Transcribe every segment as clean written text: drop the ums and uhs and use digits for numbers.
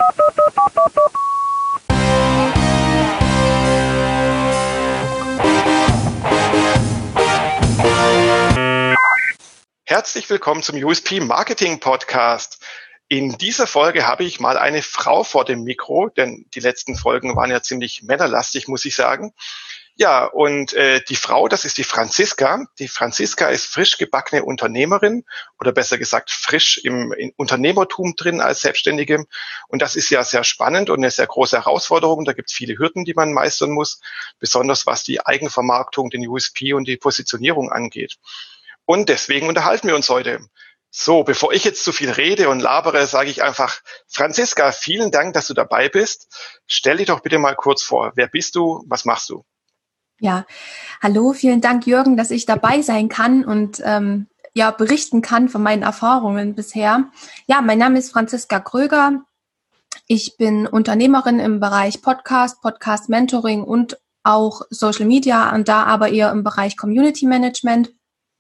Herzlich willkommen zum USP Marketing Podcast. In dieser Folge habe ich mal eine Frau vor dem Mikro, denn die letzten Folgen waren ja ziemlich männerlastig, muss ich sagen. Ja, und die Frau, das ist die Franziska. Die Franziska ist frisch gebackene Unternehmerin oder besser gesagt frisch im Unternehmertum drin als Selbstständige. Und das ist ja sehr spannend und eine sehr große Herausforderung. Da gibt es viele Hürden, die man meistern muss, besonders was die Eigenvermarktung, den USP und die Positionierung angeht. Und deswegen unterhalten wir uns heute. So, bevor ich jetzt zu viel rede und labere, sage ich einfach, Franziska, vielen Dank, dass du dabei bist. Stell dich doch bitte mal kurz vor. Wer bist du? Was machst du? Ja, hallo, vielen Dank, Jürgen, dass ich dabei sein kann und berichten kann von meinen Erfahrungen bisher. Ja, mein Name ist Franziska Kröger. Ich bin Unternehmerin im Bereich Podcast Mentoring und auch Social Media und da aber eher im Bereich Community Management.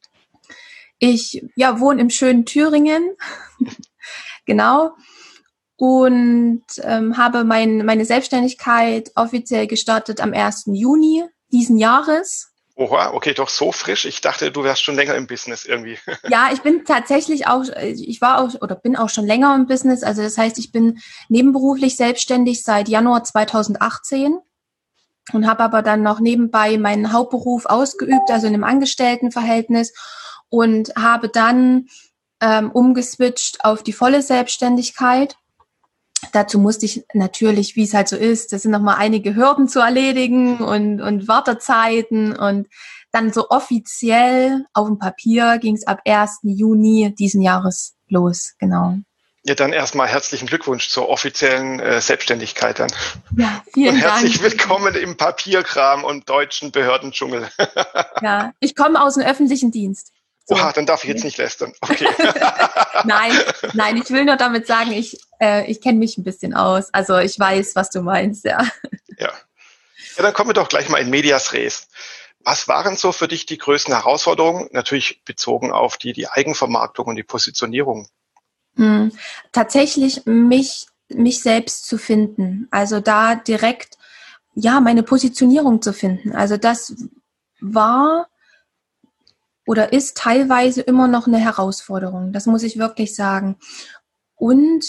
Ich wohne im schönen Thüringen, genau, und habe meine Selbstständigkeit offiziell gestartet am 1. Juni diesen Jahres. Oha, okay, doch so frisch. Ich dachte, du wärst schon länger im Business irgendwie. Ja, ich bin tatsächlich bin auch schon länger im Business. Also das heißt, ich bin nebenberuflich selbstständig seit Januar 2018 und habe aber dann noch nebenbei meinen Hauptberuf ausgeübt, also in einem Angestelltenverhältnis. Und habe dann umgeswitcht auf die volle Selbstständigkeit. Dazu musste ich natürlich, wie es halt so ist, das sind nochmal einige Hürden zu erledigen und Wartezeiten. Und dann so offiziell auf dem Papier ging es ab 1. Juni diesen Jahres los, genau. Ja, dann erstmal herzlichen Glückwunsch zur offiziellen Selbstständigkeit dann. Ja, vielen Dank. Und herzlich willkommen im Papierkram und deutschen Behördendschungel. Ja, ich komme aus dem öffentlichen Dienst. So. Oha, dann darf ich jetzt nicht lästern. Okay. Nein, ich will nur damit sagen, ich kenne mich ein bisschen aus. Also ich weiß, was du meinst, ja. Ja, dann kommen wir doch gleich mal in medias res. Was waren so für dich die größten Herausforderungen? Natürlich bezogen auf die Eigenvermarktung und die Positionierung. Tatsächlich mich selbst zu finden. Also da direkt, meine Positionierung zu finden. Also das war oder ist teilweise immer noch eine Herausforderung. Das muss ich wirklich sagen. Und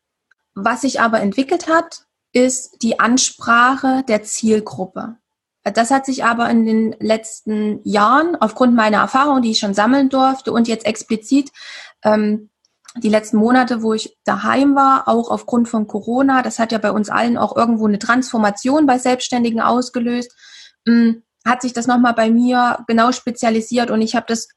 was sich aber entwickelt hat, ist die Ansprache der Zielgruppe. Das hat sich aber in den letzten Jahren aufgrund meiner Erfahrung, die ich schon sammeln durfte und jetzt explizit die letzten Monate, wo ich daheim war, auch aufgrund von Corona, das hat ja bei uns allen auch irgendwo eine Transformation bei Selbstständigen ausgelöst, hat sich das nochmal bei mir genau spezialisiert und es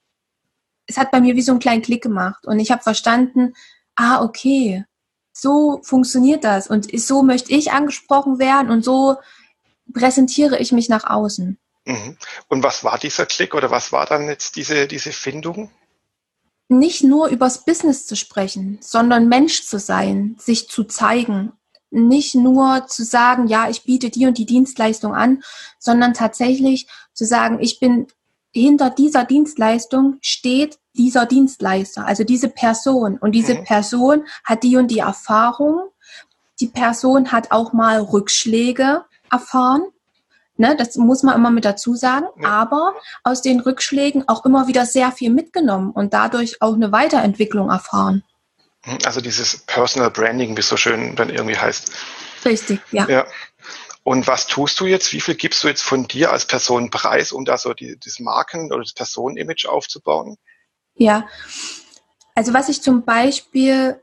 hat bei mir wie so einen kleinen Klick gemacht und ich habe verstanden, okay, so funktioniert das und so möchte ich angesprochen werden und so präsentiere ich mich nach außen. Und was war dieser Klick oder was war dann jetzt diese Findung? Nicht nur übers Business zu sprechen, sondern Mensch zu sein, sich zu zeigen. Nicht nur zu sagen, ja, ich biete die und die Dienstleistung an, sondern tatsächlich zu sagen, ich bin hinter dieser Dienstleistung steht dieser Dienstleister, also diese Person. Und diese Person hat die und die Erfahrung. Die Person hat auch mal Rückschläge erfahren. Ne, das muss man immer mit dazu sagen. Aber aus den Rückschlägen auch immer wieder sehr viel mitgenommen und dadurch auch eine Weiterentwicklung erfahren. Also dieses Personal Branding, wie es so schön dann irgendwie heißt. Richtig, ja. Und was tust du jetzt? Wie viel gibst du jetzt von dir als Person preis, um da so das Marken- oder das Personenimage aufzubauen? Ja, also was ich zum Beispiel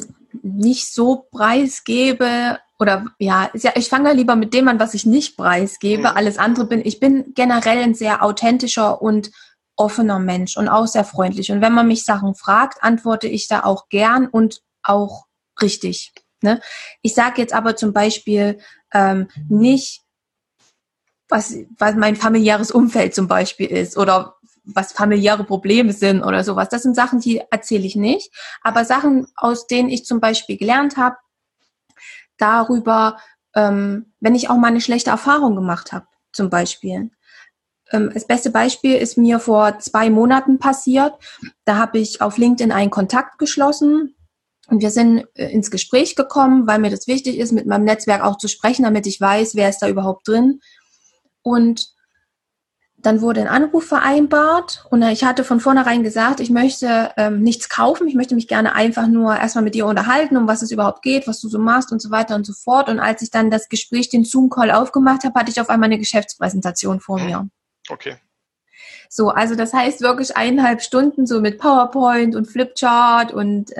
nicht so preisgebe ich fange lieber mit dem an, was ich nicht preisgebe. Alles andere ich bin generell ein sehr authentischer und offener Mensch und auch sehr freundlich. Und wenn man mich Sachen fragt, antworte ich da auch gern und auch richtig. Ne? Ich sage jetzt aber zum Beispiel nicht, was mein familiäres Umfeld zum Beispiel ist oder was familiäre Probleme sind oder sowas. Das sind Sachen, die erzähle ich nicht. Aber Sachen, aus denen ich zum Beispiel gelernt habe, darüber, wenn ich auch mal eine schlechte Erfahrung gemacht habe, zum Beispiel. Das beste Beispiel ist mir vor 2 Monaten passiert. Da habe ich auf LinkedIn einen Kontakt geschlossen Und wir sind ins Gespräch gekommen, weil mir das wichtig ist, mit meinem Netzwerk auch zu sprechen, damit ich weiß, wer ist da überhaupt drin. Und dann wurde ein Anruf vereinbart und ich hatte von vornherein gesagt, ich möchte nichts kaufen, ich möchte mich gerne einfach nur erstmal mit dir unterhalten, um was es überhaupt geht, was du so machst und so weiter und so fort. Und als ich dann das Gespräch, den Zoom-Call aufgemacht habe, hatte ich auf einmal eine Geschäftspräsentation vor mir. Okay. So, also das heißt wirklich 1,5 Stunden so mit PowerPoint und Flipchart und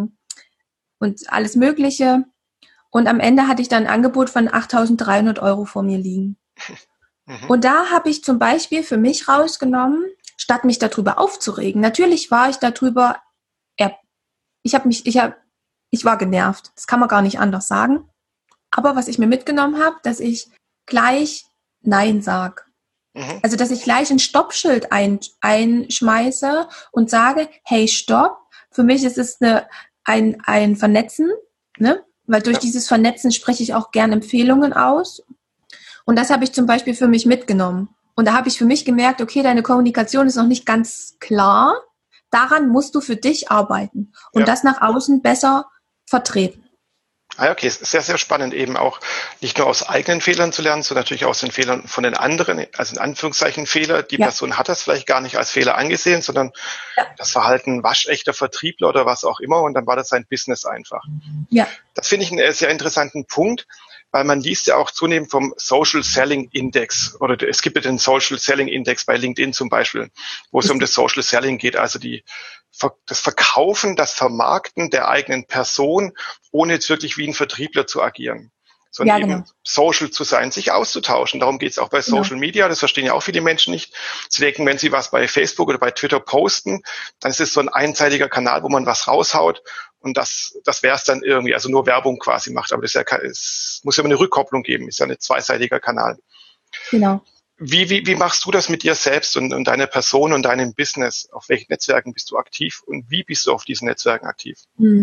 alles Mögliche. Und am Ende hatte ich dann ein Angebot von 8.300 € vor mir liegen. Und da habe ich zum Beispiel für mich rausgenommen, statt mich darüber aufzuregen. Natürlich war ich darüber, ich war genervt. Das kann man gar nicht anders sagen. Aber was ich mir mitgenommen habe, dass ich gleich Nein sage. Also, dass ich gleich ein Stoppschild einschmeiße und sage, hey, stopp. Für mich ist es ein Vernetzen, ne? Weil durch dieses Vernetzen spreche ich auch gern Empfehlungen aus. Und das habe ich zum Beispiel für mich mitgenommen. Und da habe ich für mich gemerkt, okay, deine Kommunikation ist noch nicht ganz klar. Daran musst du für dich arbeiten und das nach außen besser vertreten. Ah, okay, es ist sehr, sehr spannend, eben auch nicht nur aus eigenen Fehlern zu lernen, sondern natürlich aus den Fehlern von den anderen, also in Anführungszeichen Fehler. Die Person hat das vielleicht gar nicht als Fehler angesehen, sondern das Verhalten waschechter Vertriebler oder was auch immer, und dann war das sein Business einfach. Ja. Das finde ich einen sehr interessanten Punkt, weil man liest ja auch zunehmend vom Social Selling Index, oder es gibt ja den Social Selling Index bei LinkedIn zum Beispiel, wo es um das Social Selling geht, also das Verkaufen, das Vermarkten der eigenen Person, ohne jetzt wirklich wie ein Vertriebler zu agieren, sondern eben social zu sein, sich auszutauschen. Darum geht es auch bei Social Media, das verstehen ja auch viele Menschen nicht. Sie denken, wenn sie was bei Facebook oder bei Twitter posten, dann ist es so ein einseitiger Kanal, wo man was raushaut, und das wäre es dann irgendwie, also nur Werbung quasi macht. Aber es muss ja immer eine Rückkopplung geben, ist ja ein zweiseitiger Kanal. Genau. Wie machst du das mit dir selbst und deiner Person und deinem Business? Auf welchen Netzwerken bist du aktiv und wie bist du auf diesen Netzwerken aktiv?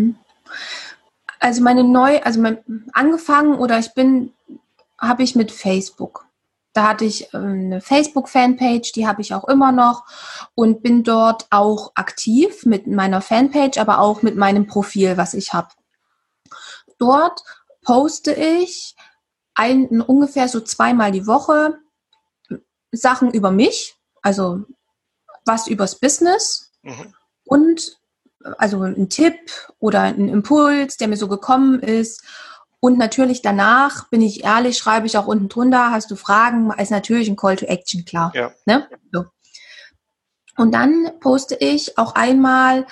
Also angefangen habe ich mit Facebook. Da hatte ich eine Facebook-Fanpage, die habe ich auch immer noch und bin dort auch aktiv mit meiner Fanpage, aber auch mit meinem Profil, was ich habe. Dort poste ich ungefähr so 2-mal die Woche Sachen über mich, also was übers Business und also ein Tipp oder ein Impuls, der mir so gekommen ist. Und natürlich danach, bin ich ehrlich, schreibe ich auch unten drunter, hast du Fragen, ist natürlich ein Call to Action, klar. Ja. Ne? So. Und dann poste ich auch einmal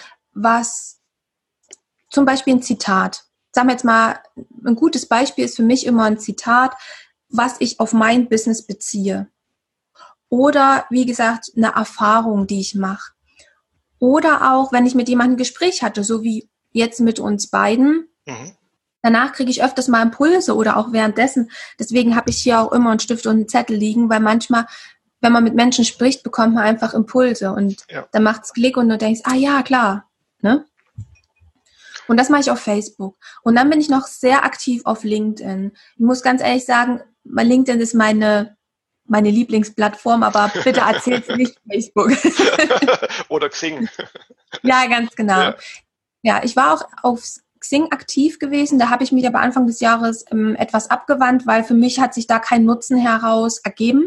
zum Beispiel ein Zitat. Sagen wir jetzt mal, ein gutes Beispiel ist für mich immer ein Zitat, was ich auf mein Business beziehe. Oder, wie gesagt, eine Erfahrung, die ich mache. Oder auch, wenn ich mit jemandem ein Gespräch hatte, so wie jetzt mit uns beiden. Danach kriege ich öfters mal Impulse oder auch währenddessen. Deswegen habe ich hier auch immer einen Stift und einen Zettel liegen, weil manchmal, wenn man mit Menschen spricht, bekommt man einfach Impulse. Und dann macht es Klick und du denkst, ah ja, klar. Ne? Und das mache ich auf Facebook. Und dann bin ich noch sehr aktiv auf LinkedIn. Ich muss ganz ehrlich sagen, LinkedIn ist meine Lieblingsplattform, aber bitte erzähl's nicht Facebook. Oder Xing. Ja, ganz genau. Ja, ich war auch auf Xing aktiv gewesen, da habe ich mich aber Anfang des Jahres etwas abgewandt, weil für mich hat sich da kein Nutzen heraus ergeben.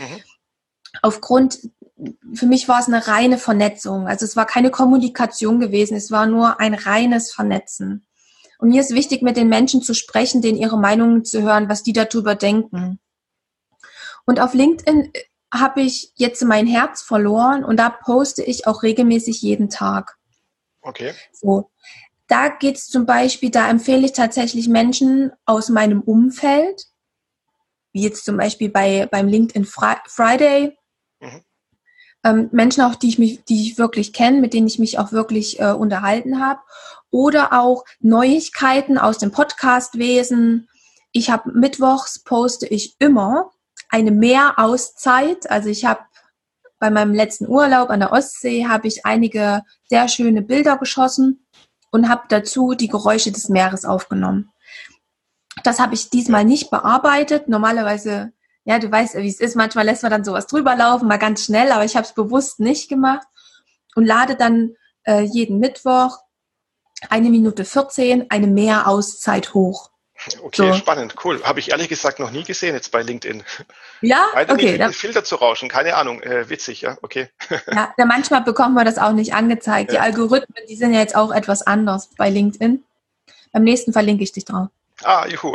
Für mich war es eine reine Vernetzung, also es war keine Kommunikation gewesen, es war nur ein reines Vernetzen. Und mir ist wichtig, mit den Menschen zu sprechen, denen ihre Meinungen zu hören, was die darüber denken. Und auf LinkedIn habe ich jetzt mein Herz verloren und da poste ich auch regelmäßig jeden Tag. Okay. So. Da geht es zum Beispiel, da empfehle ich tatsächlich Menschen aus meinem Umfeld, wie jetzt zum Beispiel beim LinkedIn Friday, Menschen auch, die ich wirklich kenne, mit denen ich mich auch wirklich unterhalten habe, oder auch Neuigkeiten aus dem Podcastwesen. Mittwochs poste ich immer eine Meerauszeit, also ich habe bei meinem letzten Urlaub an der Ostsee habe ich einige sehr schöne Bilder geschossen und habe dazu die Geräusche des Meeres aufgenommen. Das habe ich diesmal nicht bearbeitet. Normalerweise, ja, du weißt, wie es ist, manchmal lässt man dann sowas drüber laufen, mal ganz schnell, aber ich habe es bewusst nicht gemacht und lade dann jeden Mittwoch 1:14, eine Mehrauszeit hoch. Okay, So. spannend, cool. Habe ich ehrlich gesagt noch nie gesehen jetzt bei LinkedIn. Ja, Weiter okay. mit dem Filter zu rauschen, keine Ahnung, witzig, ja, okay. Ja, manchmal bekommt man das auch nicht angezeigt. Die Ja. Algorithmen, die sind ja jetzt auch etwas anders bei LinkedIn. Beim nächsten verlinke ich dich drauf. Ah, juhu.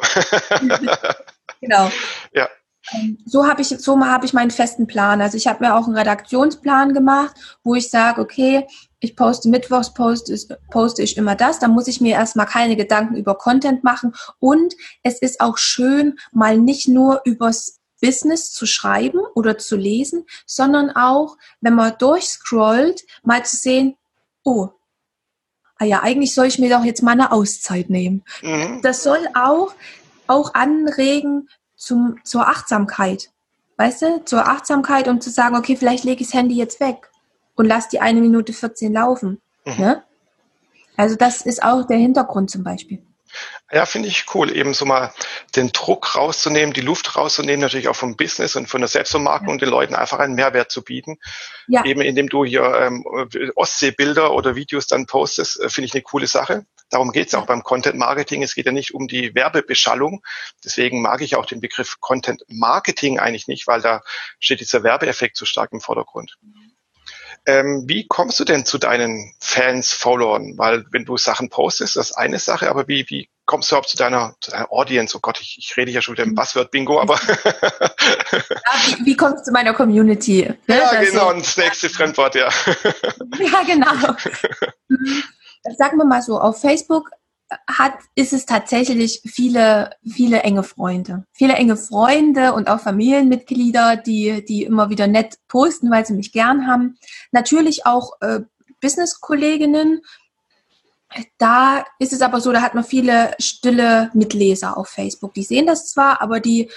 Genau. Ja. So habe ich meinen festen Plan. Also ich habe mir auch einen Redaktionsplan gemacht, wo ich sage, okay, ich poste mittwochs, poste ich immer das. Da muss ich mir erstmal keine Gedanken über Content machen. Und es ist auch schön, mal nicht nur übers Business zu schreiben oder zu lesen, sondern auch, wenn man durchscrollt, mal zu sehen, oh, ja, eigentlich soll ich mir doch jetzt mal eine Auszeit nehmen. Mhm. Das soll auch anregen zur Achtsamkeit. Weißt du? Zur Achtsamkeit, um zu sagen, okay, vielleicht lege ich das Handy jetzt weg und lass die 1:14 laufen. Ne? Also das ist auch der Hintergrund zum Beispiel. Ja, finde ich cool, eben so mal den Druck rauszunehmen, die Luft rauszunehmen, natürlich auch vom Business und von der Selbstvermarktung und den Leuten einfach einen Mehrwert zu bieten. Ja. Eben indem du hier Ostseebilder oder Videos dann postest, finde ich eine coole Sache. Darum geht es auch beim Content Marketing. Es geht ja nicht um die Werbebeschallung. Deswegen mag ich auch den Begriff Content Marketing eigentlich nicht, weil da steht dieser Werbeeffekt so stark im Vordergrund. Wie kommst du denn zu deinen Fans, Followern? Weil wenn du Sachen postest, das ist eine Sache, aber wie kommst du überhaupt zu deiner Audience? Oh Gott, ich rede ja schon wieder im Buzzword-Bingo, aber Ja, wie kommst du zu meiner Community? Ne? Ja, genau, das nächste Fremdwort, ja. Ja, genau. Sagen wir mal so, auf Facebook ist es tatsächlich viele enge Freunde. Viele enge Freunde und auch Familienmitglieder, die immer wieder nett posten, weil sie mich gern haben. Natürlich auch Business-Kolleginnen. Da ist es aber so, da hat man viele stille Mitleser auf Facebook. Die sehen das zwar, aber die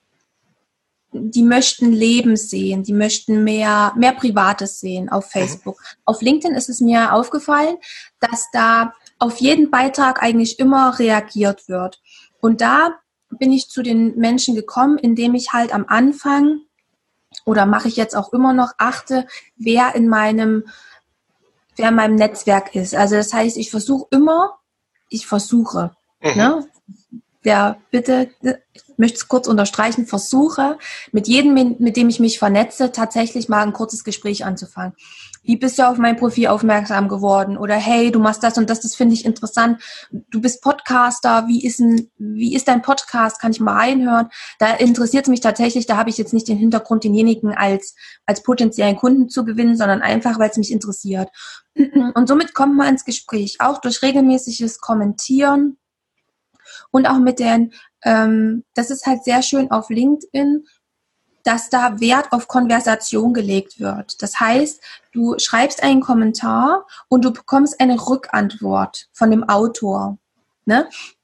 möchten Leben sehen, die möchten mehr Privates sehen auf Facebook. Auf LinkedIn ist es mir aufgefallen, dass da auf jeden Beitrag eigentlich immer reagiert wird. Und da bin ich zu den Menschen gekommen, indem ich halt am Anfang, oder mache ich jetzt auch immer noch, achte, wer in meinem Netzwerk ist. Also das heißt, ich versuche, ne? Bitte, ich möchte es kurz unterstreichen, versuche, mit jedem, mit dem ich mich vernetze, tatsächlich mal ein kurzes Gespräch anzufangen. Wie bist du auf mein Profil aufmerksam geworden? Oder hey, du machst das und das finde ich interessant. Du bist Podcaster, wie ist dein Podcast? Kann ich mal reinhören? Da interessiert es mich tatsächlich, da habe ich jetzt nicht den Hintergrund, denjenigen als potenziellen Kunden zu gewinnen, sondern einfach, weil es mich interessiert. Und somit kommt man ins Gespräch, auch durch regelmäßiges Kommentieren. Und auch mit das ist halt sehr schön auf LinkedIn, dass da Wert auf Konversation gelegt wird. Das heißt, du schreibst einen Kommentar und du bekommst eine Rückantwort von dem Autor. Ne?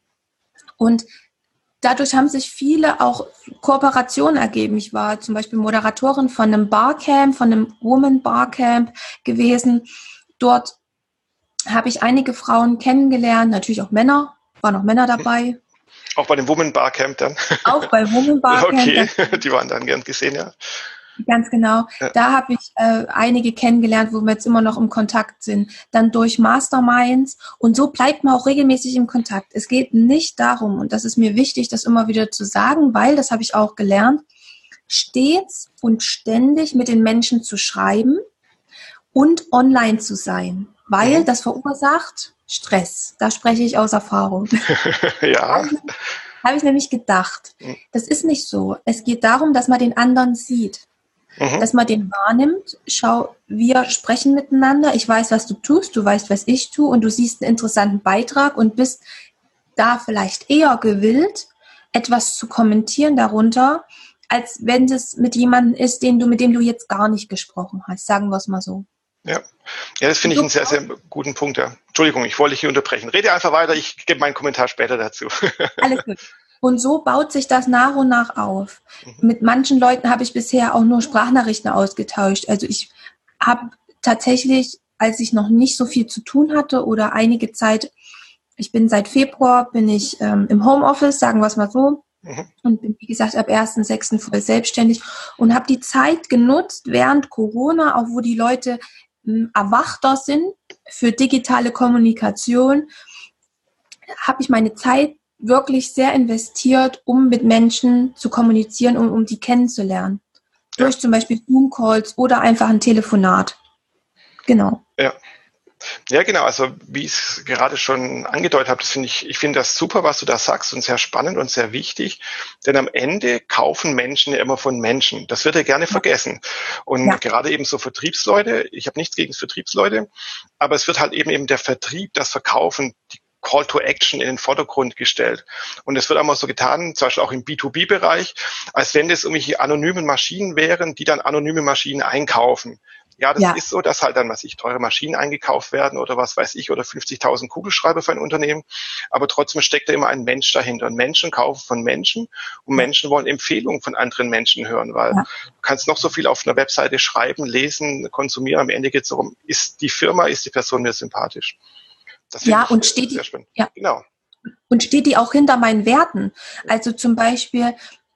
Und dadurch haben sich viele auch Kooperationen ergeben. Ich war zum Beispiel Moderatorin von einem Barcamp, von einem Woman Barcamp gewesen. Dort habe ich einige Frauen kennengelernt, natürlich auch Männer. Waren auch Männer dabei. Auch bei dem Woman Barcamp dann? Auch bei Woman Barcamp. Okay, die waren dann gern gesehen, ja. Ganz genau. Ja. Da habe ich einige kennengelernt, wo wir jetzt immer noch im Kontakt sind. Dann durch Masterminds. Und so bleibt man auch regelmäßig im Kontakt. Es geht nicht darum, und das ist mir wichtig, das immer wieder zu sagen, weil, das habe ich auch gelernt, stets und ständig mit den Menschen zu schreiben und online zu sein. Weil das verursacht Stress. Da spreche ich aus Erfahrung. Ja. Habe ich nämlich gedacht. Das ist nicht so. Es geht darum, dass man den anderen sieht. Dass man den wahrnimmt. Schau, wir sprechen miteinander. Ich weiß, was du tust. Du weißt, was ich tue. Und du siehst einen interessanten Beitrag und bist da vielleicht eher gewillt, etwas zu kommentieren darunter, als wenn es mit jemandem ist, mit dem du jetzt gar nicht gesprochen hast. Sagen wir es mal so. Ja, das finde ich einen sehr, sehr guten Punkt. Ja. Entschuldigung, ich wollte dich hier unterbrechen. Rede einfach weiter, ich gebe meinen Kommentar später dazu. Alles gut. Und so baut sich das nach und nach auf. Mit manchen Leuten habe ich bisher auch nur Sprachnachrichten ausgetauscht. Also ich habe tatsächlich, als ich noch nicht so viel zu tun hatte oder einige Zeit, ich bin seit Februar, im Homeoffice, sagen wir es mal so, und bin, wie gesagt, ab 1.6. voll selbstständig und habe die Zeit genutzt während Corona, auch wo die Leute erwachter sind für digitale Kommunikation habe ich meine Zeit wirklich sehr investiert, um mit Menschen zu kommunizieren und um die kennenzulernen. Ja. Durch zum Beispiel Zoom-Calls oder einfach ein Telefonat. Genau. Ja. Ja, genau. Also wie ich es gerade schon angedeutet habe, ich finde das super, was du da sagst und sehr spannend und sehr wichtig. Denn am Ende kaufen Menschen ja immer von Menschen. Das wird ja gerne vergessen. Und gerade eben so Vertriebsleute, ich habe nichts gegen Vertriebsleute, aber es wird halt eben der Vertrieb, das Verkaufen, die Call to Action in den Vordergrund gestellt. Und es wird einmal so getan, zum Beispiel auch im B2B-Bereich, als wenn das irgendwelche anonymen Maschinen wären, die dann anonyme Maschinen einkaufen. Ja, das ist so, dass halt dann, teure Maschinen eingekauft werden oder was weiß ich, oder 50.000 Kugelschreiber für ein Unternehmen. Aber trotzdem steckt da immer ein Mensch dahinter. Und Menschen kaufen von Menschen und Menschen wollen Empfehlungen von anderen Menschen hören, weil du kannst noch so viel auf einer Webseite schreiben, lesen, konsumieren. Am Ende geht es darum, ist die Person mir sympathisch? Das und steht sehr spannend. Ja. Genau. Und steht die auch hinter meinen Werten? Also zum Beispiel,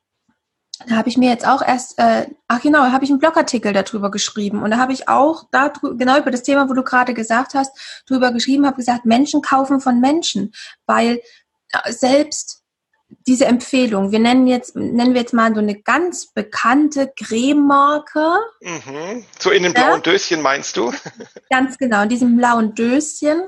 da habe ich mir jetzt auch erst, habe ich einen Blogartikel darüber geschrieben und da habe ich auch genau über das Thema, wo du gerade gesagt hast, drüber geschrieben, habe gesagt, Menschen kaufen von Menschen, weil selbst diese Empfehlung, nennen wir jetzt mal so eine ganz bekannte Creme-Marke. Mhm. So in dem blauen Döschen meinst du? Ganz genau, in diesem blauen Döschen.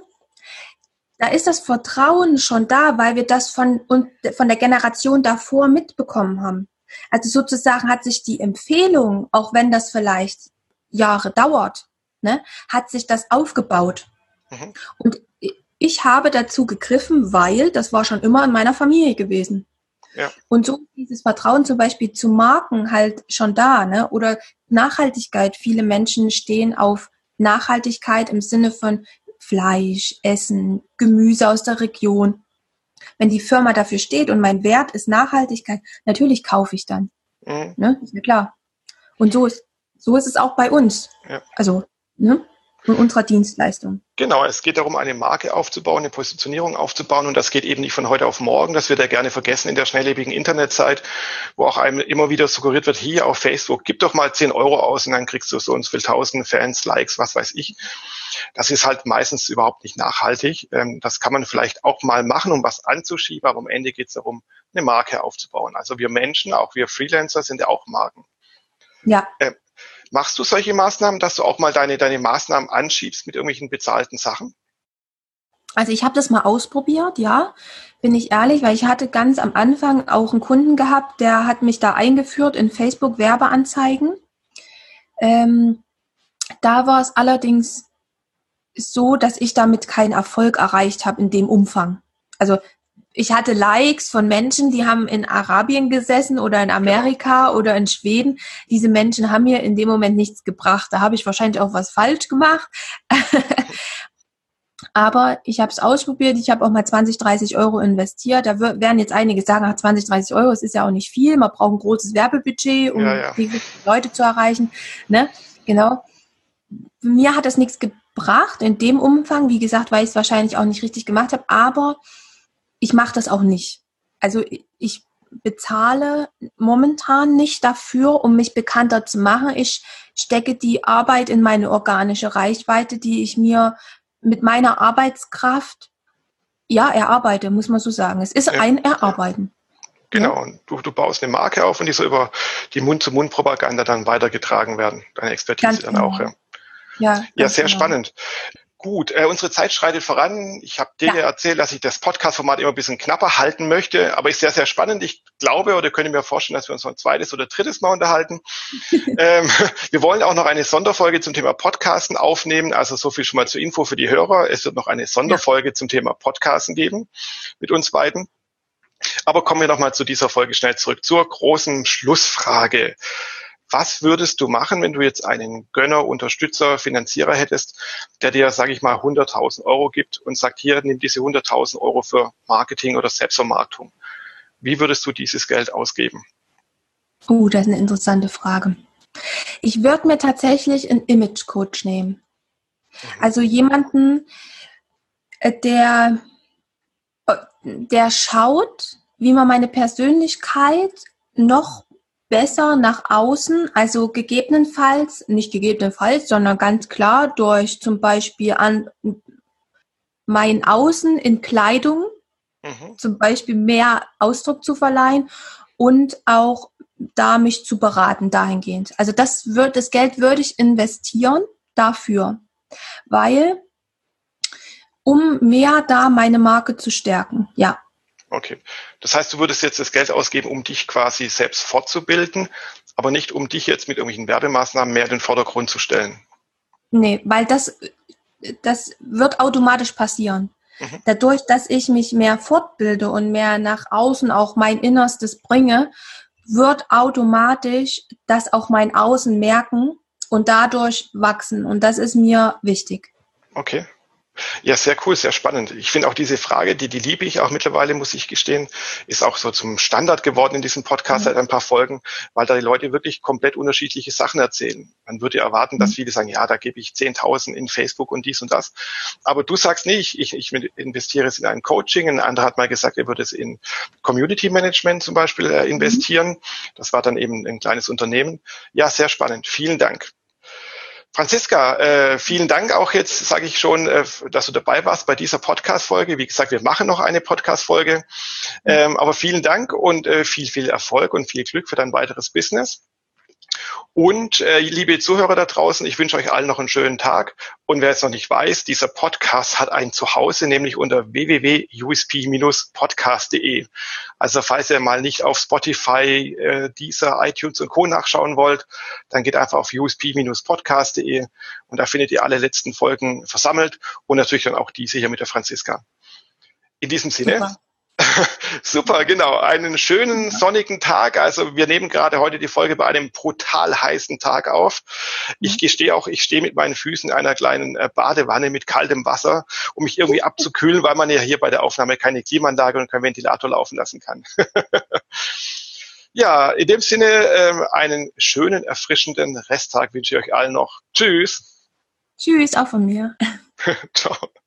Da ist das Vertrauen schon da, weil wir das von der Generation davor mitbekommen haben. Also sozusagen hat sich die Empfehlung, auch wenn das vielleicht Jahre dauert, hat sich das aufgebaut. Mhm. Und ich habe dazu gegriffen, weil das war schon immer in meiner Familie gewesen. Ja. Und so ist dieses Vertrauen zum Beispiel zu Marken halt schon da, oder Nachhaltigkeit. Viele Menschen stehen auf Nachhaltigkeit im Sinne von Fleisch, Essen, Gemüse aus der Region. Wenn die Firma dafür steht und mein Wert ist Nachhaltigkeit, natürlich kaufe ich dann. Mhm. Ist mir klar. Und so ist es auch bei uns. Ja. Also, in unserer Dienstleistung. Genau, es geht darum, eine Marke aufzubauen, eine Positionierung aufzubauen und das geht eben nicht von heute auf morgen. Das wird ja gerne vergessen in der schnelllebigen Internetzeit, wo auch einem immer wieder suggeriert wird, hier auf Facebook, gib doch mal 10 Euro aus und dann kriegst du so und so viel 1000 Fans, Likes, was weiß ich. Das ist halt meistens überhaupt nicht nachhaltig. Das kann man vielleicht auch mal machen, um was anzuschieben, aber am Ende geht es darum, eine Marke aufzubauen. Also wir Menschen, auch wir Freelancer sind ja auch Marken. Ja. Machst du solche Maßnahmen, dass du auch mal deine Maßnahmen anschiebst mit irgendwelchen bezahlten Sachen? Also ich habe das mal ausprobiert, bin ich ehrlich, weil ich hatte ganz am Anfang auch einen Kunden gehabt, der hat mich da eingeführt in Facebook Werbeanzeigen. Da war es allerdings so, dass ich damit keinen Erfolg erreicht habe in dem Umfang. Also ich hatte Likes von Menschen, die haben in Arabien gesessen oder in Amerika oder in Schweden. Diese Menschen haben mir in dem Moment nichts gebracht. Da habe ich wahrscheinlich auch was falsch gemacht. Aber ich habe es ausprobiert. Ich habe auch mal 20, 30 Euro investiert. Da werden jetzt einige sagen, 20, 30 Euro, es ist ja auch nicht viel. Man braucht ein großes Werbebudget, um viele Leute zu erreichen. Genau. Mir hat das nichts gebracht in dem Umfang. Wie gesagt, weil ich es wahrscheinlich auch nicht richtig gemacht habe. Aber ich mache das auch nicht. Also ich bezahle momentan nicht dafür, um mich bekannter zu machen. Ich stecke die Arbeit in meine organische Reichweite, die ich mir mit meiner Arbeitskraft erarbeite, muss man so sagen. Es ist ein Erarbeiten. Genau, und du baust eine Marke auf und die soll über die Mund-zu-Mund-Propaganda dann weitergetragen werden. Deine Expertise ganz dann auch. Ja, sehr spannend. Gut, unsere Zeit schreitet voran. Ich habe dir erzählt, dass ich das Podcast-Format immer ein bisschen knapper halten möchte, aber ist sehr, sehr spannend. Ich glaube oder könnte mir vorstellen, dass wir uns noch ein zweites oder drittes Mal unterhalten. Wir wollen auch noch eine Sonderfolge zum Thema Podcasten aufnehmen, also so viel schon mal zur Info für die Hörer. Es wird noch eine Sonderfolge zum Thema Podcasten geben mit uns beiden. Aber kommen wir noch mal zu dieser Folge schnell zurück zur großen Schlussfrage. Was würdest du machen, wenn du jetzt einen Gönner, Unterstützer, Finanzierer hättest, der dir, sage ich mal, 100.000 Euro gibt und sagt, hier, nimm diese 100.000 Euro für Marketing oder Selbstvermarktung. Wie würdest du dieses Geld ausgeben? Das ist eine interessante Frage. Ich würde mir tatsächlich einen Image-Coach nehmen. Also jemanden, der schaut, wie man meine Persönlichkeit noch besser nach außen, also nicht gegebenenfalls, sondern ganz klar durch zum Beispiel an mein Außen in Kleidung, zum Beispiel mehr Ausdruck zu verleihen und auch da mich zu beraten dahingehend. Also das Geld würde ich investieren dafür, um mehr da meine Marke zu stärken, ja. Okay. Das heißt, du würdest jetzt das Geld ausgeben, um dich quasi selbst fortzubilden, aber nicht um dich jetzt mit irgendwelchen Werbemaßnahmen mehr in den Vordergrund zu stellen. Nee, weil das wird automatisch passieren. Dadurch, dass ich mich mehr fortbilde und mehr nach außen auch mein Innerstes bringe, wird automatisch das auch mein Außen merken und dadurch wachsen. Und das ist mir wichtig. Okay. Ja, sehr cool, sehr spannend. Ich finde auch diese Frage, die liebe ich auch mittlerweile, muss ich gestehen, ist auch so zum Standard geworden in diesem Podcast seit ein paar Folgen, weil da die Leute wirklich komplett unterschiedliche Sachen erzählen. Man würde erwarten, dass viele sagen, ja, da gebe ich 10.000 in Facebook und dies und das. Aber du sagst nicht, ich investiere es in ein Coaching. Ein anderer hat mal gesagt, er würde es in Community Management zum Beispiel investieren. Das war dann eben ein kleines Unternehmen. Ja, sehr spannend. Vielen Dank. Franziska, vielen Dank auch jetzt, sage ich schon, dass du dabei warst bei dieser Podcast-Folge. Wie gesagt, wir machen noch eine Podcast-Folge, aber vielen Dank und viel Erfolg und viel Glück für dein weiteres Business. Und liebe Zuhörer da draußen, ich wünsche euch allen noch einen schönen Tag. Und wer jetzt noch nicht weiß, dieser Podcast hat ein Zuhause, nämlich unter www.usp-podcast.de. Also falls ihr mal nicht auf Spotify, Deezer, iTunes und Co. nachschauen wollt, dann geht einfach auf usp-podcast.de und da findet ihr alle letzten Folgen versammelt und natürlich dann auch diese hier mit der Franziska. In diesem Sinne. Super. Super, genau. Einen schönen sonnigen Tag. Also wir nehmen gerade heute die Folge bei einem brutal heißen Tag auf. Ich gestehe auch, ich stehe mit meinen Füßen in einer kleinen Badewanne mit kaltem Wasser, um mich irgendwie abzukühlen, weil man ja hier bei der Aufnahme keine Klimaanlage und keinen Ventilator laufen lassen kann. Ja, in dem Sinne einen schönen, erfrischenden Resttag wünsche ich euch allen noch. Tschüss. Tschüss, auch von mir. Ciao.